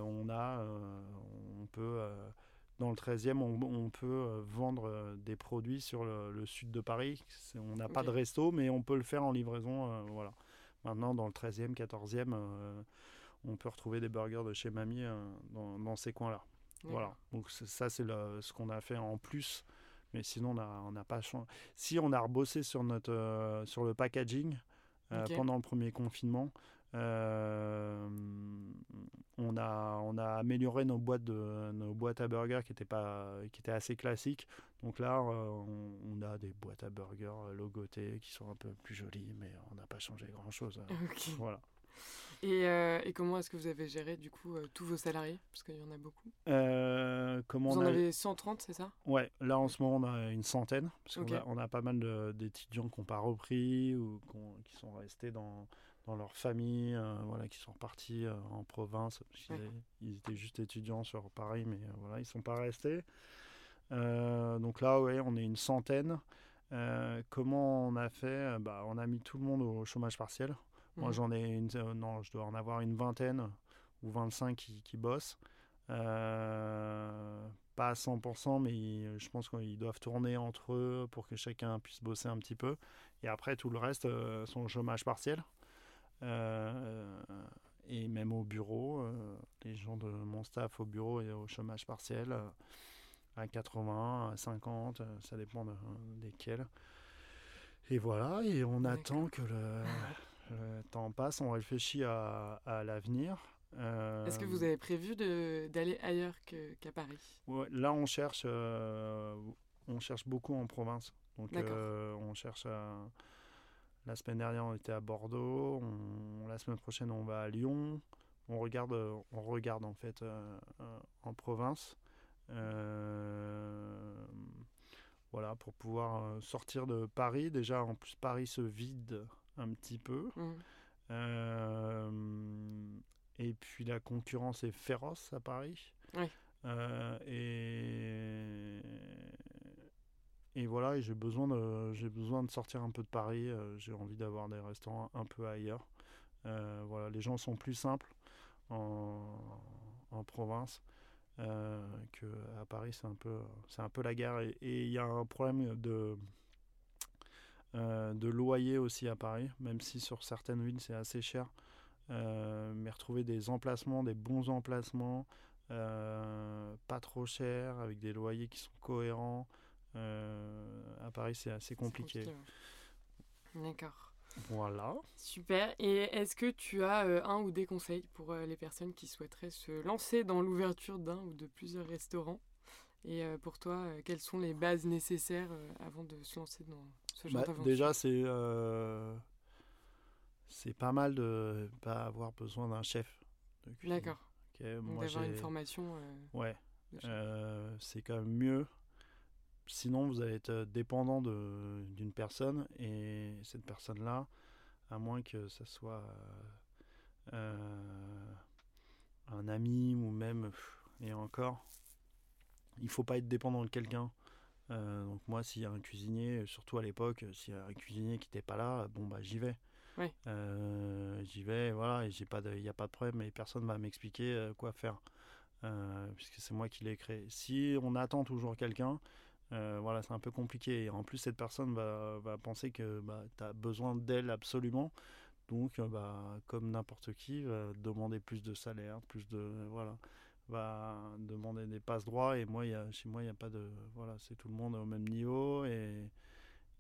On peut, dans le 13e, on peut vendre des produits sur le sud de Paris. On n'a pas de ok, resto, mais on peut le faire en livraison. Voilà. Maintenant, dans le 13e, 14e, on peut retrouver des burgers de chez Mamie dans ces coins-là. Voilà. d'accord. Donc, ça, c'est ce qu'on a fait en plus. Mais sinon, on n'a pas changé. Si, on a rebossé sur le packaging Ok, pendant le premier confinement. Euh, on a amélioré nos boîtes à burgers qui étaient assez classiques. Donc là, on a des boîtes à burgers logotées qui sont un peu plus jolies, mais on n'a pas changé grand-chose. ok. Voilà. Et comment est-ce que vous avez géré du coup tous vos salariés? Parce qu'il y en a beaucoup. Comment Vous on en a... avez 130, c'est ça? Ouais, là en Ouais. ce moment on a une centaine, parce qu'on Ok, a pas mal d'étudiants qui n'ont pas repris ou qui sont restés dans leur famille, voilà, qui sont repartis en province, parce ouais. ils étaient juste étudiants sur Paris, mais voilà, ils sont pas restés. Donc là, ouais, on est une centaine. Comment on a fait? Bah, on a mis tout le monde au chômage partiel. Moi, Mhm. non, je dois en avoir une vingtaine ou 25 qui bossent. Pas à 100%, mais je pense qu'ils doivent tourner entre eux pour que chacun puisse bosser un petit peu. Et après, tout le reste sont au chômage partiel. Euh, et même au bureau, les gens de mon staff au bureau et au chômage partiel à 80, à 50, ça dépend desquels. Et voilà, et on attend D'accord. que le temps passe, on réfléchit à l'avenir. Est-ce que vous avez prévu d'aller ailleurs qu'à Paris? Ouais, là, on cherche beaucoup en province. Donc, D'accord. la semaine dernière, on était à Bordeaux. La semaine prochaine, on va à Lyon. On regarde en fait en province. Euh, voilà, pour pouvoir sortir de Paris. Déjà, en plus, Paris se vide un petit peu. Mhm. Euh, et puis, la concurrence est féroce à Paris. Ouais, Euh, et, et voilà, et j'ai besoin de sortir un peu de Paris. J'ai envie d'avoir des restaurants un peu ailleurs. Voilà, les gens sont plus simples en, en province qu'à Paris. C'est un peu la guerre. Et il y a un problème de loyer aussi à Paris, même si sur certaines villes c'est assez cher. Mais retrouver des emplacements, des bons emplacements, pas trop chers, avec des loyers qui sont cohérents. À Paris, c'est assez c'est compliqué. compliqué. Ouais. D'accord. Voilà. Super. Et est-ce que tu as un ou des conseils pour les personnes qui souhaiteraient se lancer dans l'ouverture d'un ou de plusieurs restaurants? Et pour toi, quelles sont les bases nécessaires avant de se lancer dans ce genre Bah, déjà, d'aventure? c'est pas mal de pas avoir besoin d'un chef de cuisine. D'accord. Ok, Donc moi, d'avoir une formation ouais, de chef. c'est quand même mieux. Sinon, vous allez être dépendant d'une personne et cette personne-là, à moins que ça soit euh, un ami ou même, et encore, il faut pas être dépendant de quelqu'un. Donc moi, s'il y a un cuisinier, surtout à l'époque, s'il y a un cuisinier qui n'était pas là, bon bah j'y vais. Ouais, J'y vais, voilà, et il n'y a pas de problème, et personne va m'expliquer quoi faire, puisque c'est moi qui l'ai créé. Si on attend toujours quelqu'un, voilà, c'est un peu compliqué. Et en plus, cette personne va penser que bah, tu as besoin d'elle absolument. Donc, bah, comme n'importe qui, va demander plus de salaire, plus de. Voilà. Va demander des passe droits. Et moi, chez moi, il n'y a pas de. Voilà, c'est tout le monde au même niveau.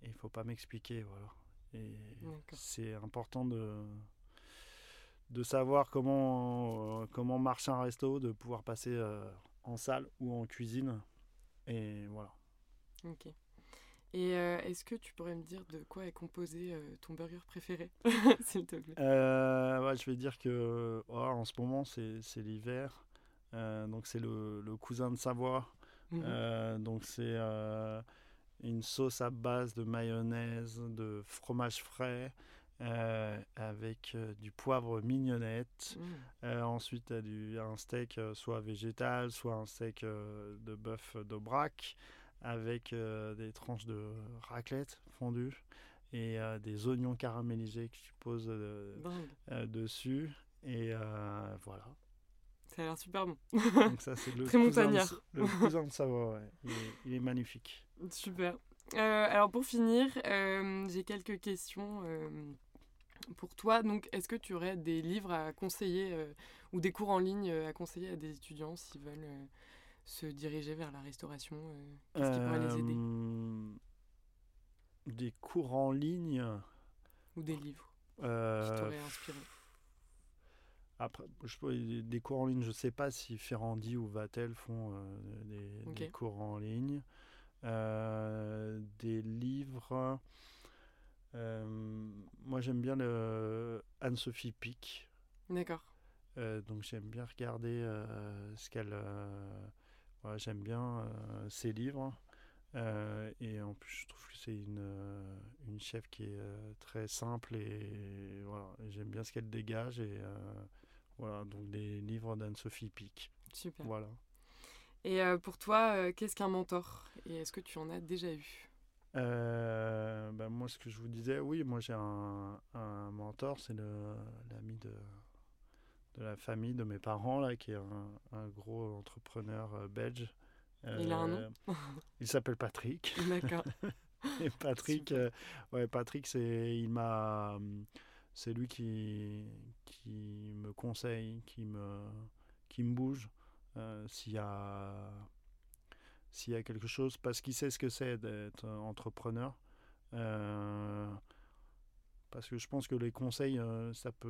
il faut pas m'expliquer, voilà. Et D'accord. c'est important de savoir comment marche un resto, de pouvoir passer en salle ou en cuisine. Et voilà. Ok. Et est-ce que tu pourrais me dire de quoi est composé ton burger préféré, s'il te plaît? Ouais, je vais dire que en ce moment, c'est l'hiver. Donc, c'est le cousin de Savoie. Mhm. Donc, c'est une sauce à base de mayonnaise, de fromage frais, avec du poivre mignonnette. Mm. Ensuite, tu as un steak soit végétal, soit un steak de bœuf d'Aubrac, avec des tranches de raclette fondue et des oignons caramélisés que tu poses Dingue. dessus. Et voilà. Ça a l'air super bon. Donc ça, c'est Très montagnard. le cousin de Savoie. Ouais. Il est magnifique. Super. Alors pour finir, j'ai quelques questions pour toi. Donc, est-ce que tu aurais des livres à conseiller ou des cours en ligne à conseiller à des étudiants s'ils veulent se diriger vers la restauration? Qu'est-ce qui pourrait les aider? Euh, des cours en ligne. Ou des livres qui euh, t'auraient inspiré? Après, des cours en ligne, je ne sais pas si Ferrandi ou Vatel font des Ok, cours en ligne. Des livres. Moi, j'aime bien Anne-Sophie Pic. d'accord. Donc, j'aime bien regarder ce qu'elle. Voilà, j'aime bien ses livres. Et en plus, je trouve que c'est une chef qui est très simple et voilà, j'aime bien ce qu'elle dégage. Et voilà, donc des livres d'Anne-Sophie Pic. Super. Voilà. Et pour toi, qu'est-ce qu'un mentor? Et est-ce que tu en as déjà eu? Ben moi, ce que je vous disais, oui, moi j'ai un mentor, c'est l'ami de la famille de mes parents, là, qui est un gros entrepreneur belge. Il a un nom? Euh, il s'appelle Patrick. D'accord. Et Patrick, Super. ouais, Patrick, c'est lui qui me conseille, qui me bouge s'il y a quelque chose, parce qu'il sait ce que c'est d'être entrepreneur. Euh, Parce que je pense que les conseils, ça peut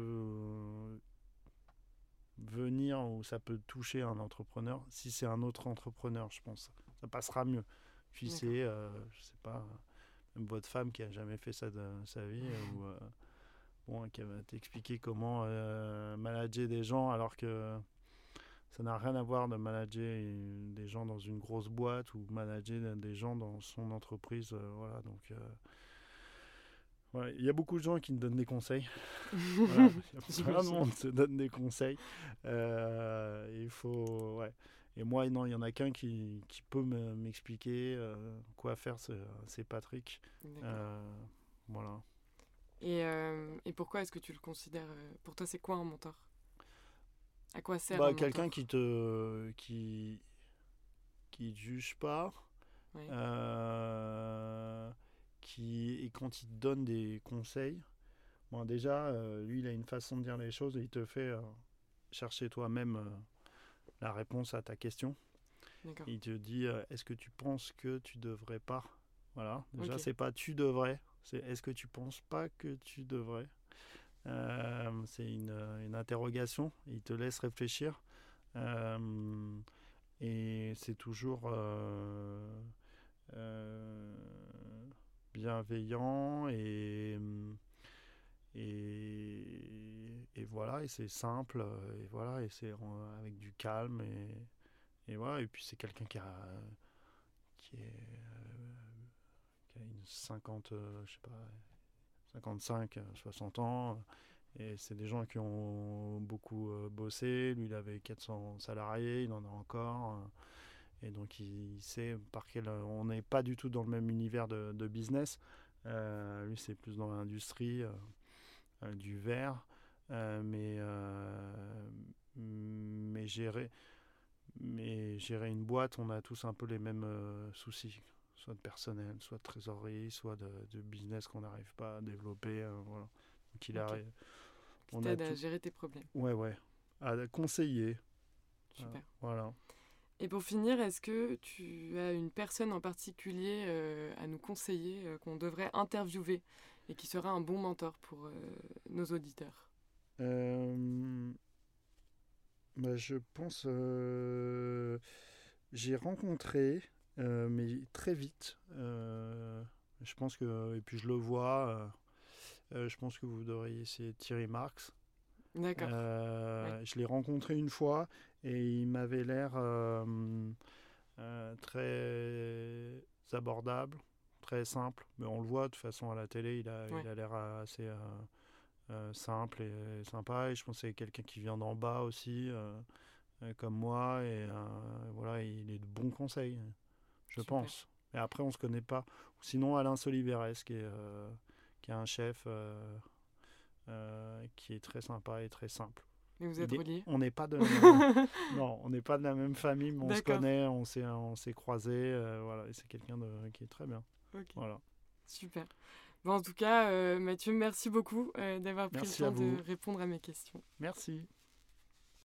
venir ou ça peut toucher un entrepreneur. Si c'est un autre entrepreneur, je pense, ça passera mieux. Puis D'accord. c'est, je sais pas, votre femme qui a jamais fait ça de sa vie ou bon, qui va t'expliquer comment manager des gens alors que ça n'a rien à voir de manager des gens dans une grosse boîte ou manager des gens dans son entreprise. Voilà, donc ouais, il y a beaucoup de gens qui me donnent des conseils. Voilà, plein de J'imagine. monde se donne des conseils. Il faut, ouais. Et moi, non, il y en a qu'un qui peut m'expliquer quoi faire, c'est Patrick. D'accord. Euh, voilà. Et pourquoi est-ce que tu le considères pour toi, c'est quoi un mentor? À quoi sert un Bah, quelqu'un mentor? qui te juge pas, Oui. euh, et quand il te donne des conseils, bon, déjà, lui, il a une façon de dire les choses et il te fait chercher toi-même la réponse à ta question. D'accord. Il te dit est-ce que tu penses que tu devrais pas. Voilà, déjà, Ok. c'est pas tu devrais, c'est est-ce que tu penses pas que tu devrais. C'est une interrogation, il te laisse réfléchir. Euh, et c'est toujours euh, bienveillant et voilà, et c'est simple, et voilà, et c'est avec du calme, et voilà, et puis c'est quelqu'un qui, est, qui a une 50, je sais pas, 55, 60 ans, et c'est des gens qui ont beaucoup bossé. Lui, il avait 400 salariés, il en a encore. Et donc, il sait par quel. On n'est pas du tout dans le même univers de business. Lui, c'est plus dans l'industrie du verre. Mais gérer une boîte, on a tous un peu les mêmes soucis. Soit de personnel, soit de trésorerie, soit de business qu'on n'arrive pas à développer. Voilà. Donc, Ok. Qui on a t'aide à tout. gérer tes problèmes. Ouais, ouais. À conseiller. Super. Voilà. Et pour finir, est-ce que tu as une personne en particulier à nous conseiller qu'on devrait interviewer et qui sera un bon mentor pour nos auditeurs? Euh, je pense, j'ai rencontré, mais très vite. Je pense que, et puis je le vois. Je pense que vous devriez essayer Thierry Marx. D'accord. Oui. Je l'ai rencontré une fois et il m'avait l'air très abordable, très simple. Mais on le voit de toute façon à la télé, Ouais. il a l'air assez simple et sympa. Et je pense que c'est quelqu'un qui vient d'en bas aussi, comme moi. Et voilà, il est de bons conseils, je Super. pense. Et après, on se connaît pas. Sinon, Alain Soliveres, qui est un chef qui est très sympa et très simple. Mais vous êtes reliés? On n'est pas de non, on n'est pas de la même famille, mais on se D'accord. connaît, on s'est croisés, voilà, et c'est quelqu'un qui est très bien. Ok. Voilà. Super. Bon, en tout cas, Mathieu, merci beaucoup d'avoir pris le Merci à temps de vous. répondre à mes questions. Merci.